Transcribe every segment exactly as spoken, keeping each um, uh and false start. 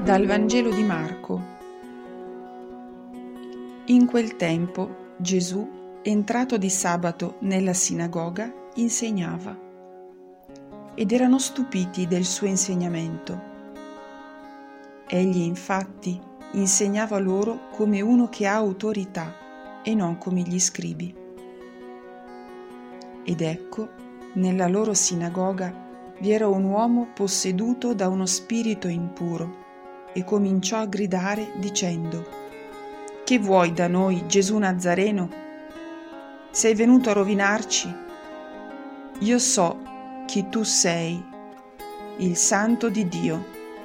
Dal Vangelo di Marco. In quel tempo Gesù, entrato di sabato nella sinagoga, insegnava, ed erano stupiti del suo insegnamento. Egli infatti insegnava loro come uno che ha autorità e non come gli scribi. Ed ecco, nella loro sinagoga vi era un uomo posseduto da uno spirito impuro e cominciò a gridare dicendo: «Che vuoi da noi, Gesù Nazareno? Sei venuto a rovinarci? Io so chi tu sei, il Santo di Dio».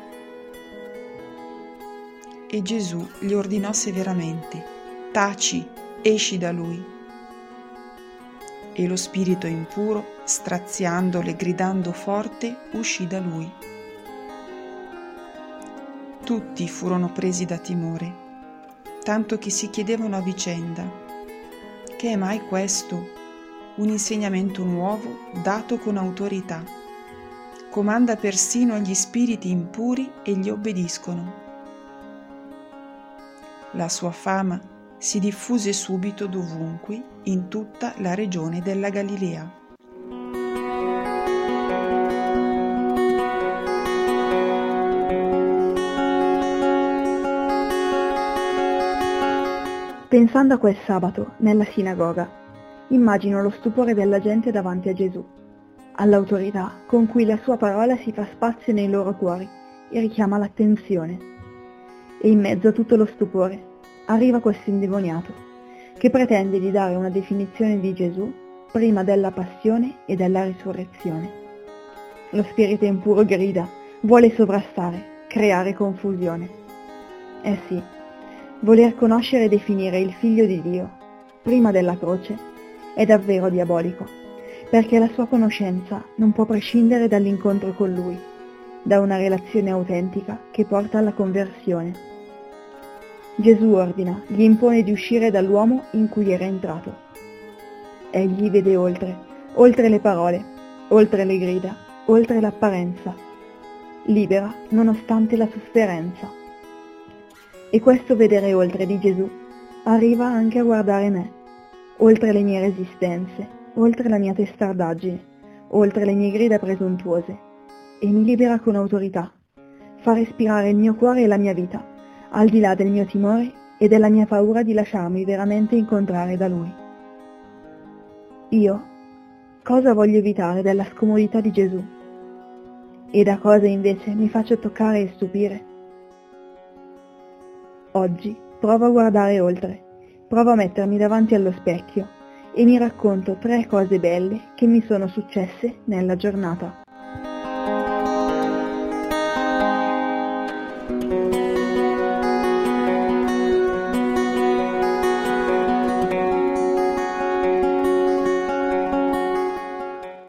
E Gesù gli ordinò severamente: «Taci, esci da lui». E lo spirito impuro, straziandolo e gridando forte, uscì da lui. Tutti furono presi da timore, tanto che si chiedevano a vicenda: che è mai questo? Un insegnamento nuovo dato con autorità. Comanda persino agli spiriti impuri e gli obbediscono. La sua fama si diffuse subito dovunque, in tutta la regione della Galilea. Pensando a quel sabato, nella sinagoga, immagino lo stupore della gente davanti a Gesù, all'autorità con cui la sua parola si fa spazio nei loro cuori e richiama l'attenzione. E in mezzo a tutto lo stupore arriva questo indemoniato, che pretende di dare una definizione di Gesù prima della passione e della risurrezione. Lo spirito impuro grida, vuole sovrastare, creare confusione. Eh sì, voler conoscere e definire il Figlio di Dio, prima della croce, è davvero diabolico, perché la sua conoscenza non può prescindere dall'incontro con Lui, da una relazione autentica che porta alla conversione. Gesù ordina, gli impone di uscire dall'uomo in cui era entrato. Egli vede oltre, oltre le parole, oltre le grida, oltre l'apparenza. Libera nonostante la sofferenza. E questo vedere oltre di Gesù arriva anche a guardare me, oltre le mie resistenze, oltre la mia testardaggine, oltre le mie grida presuntuose, e mi libera con autorità, fa respirare il mio cuore e la mia vita, al di là del mio timore e della mia paura di lasciarmi veramente incontrare da Lui. Io cosa voglio evitare della scomodità di Gesù? E da cosa invece mi faccio toccare e stupire? Oggi provo a guardare oltre, provo a mettermi davanti allo specchio e mi racconto tre cose belle che mi sono successe nella giornata.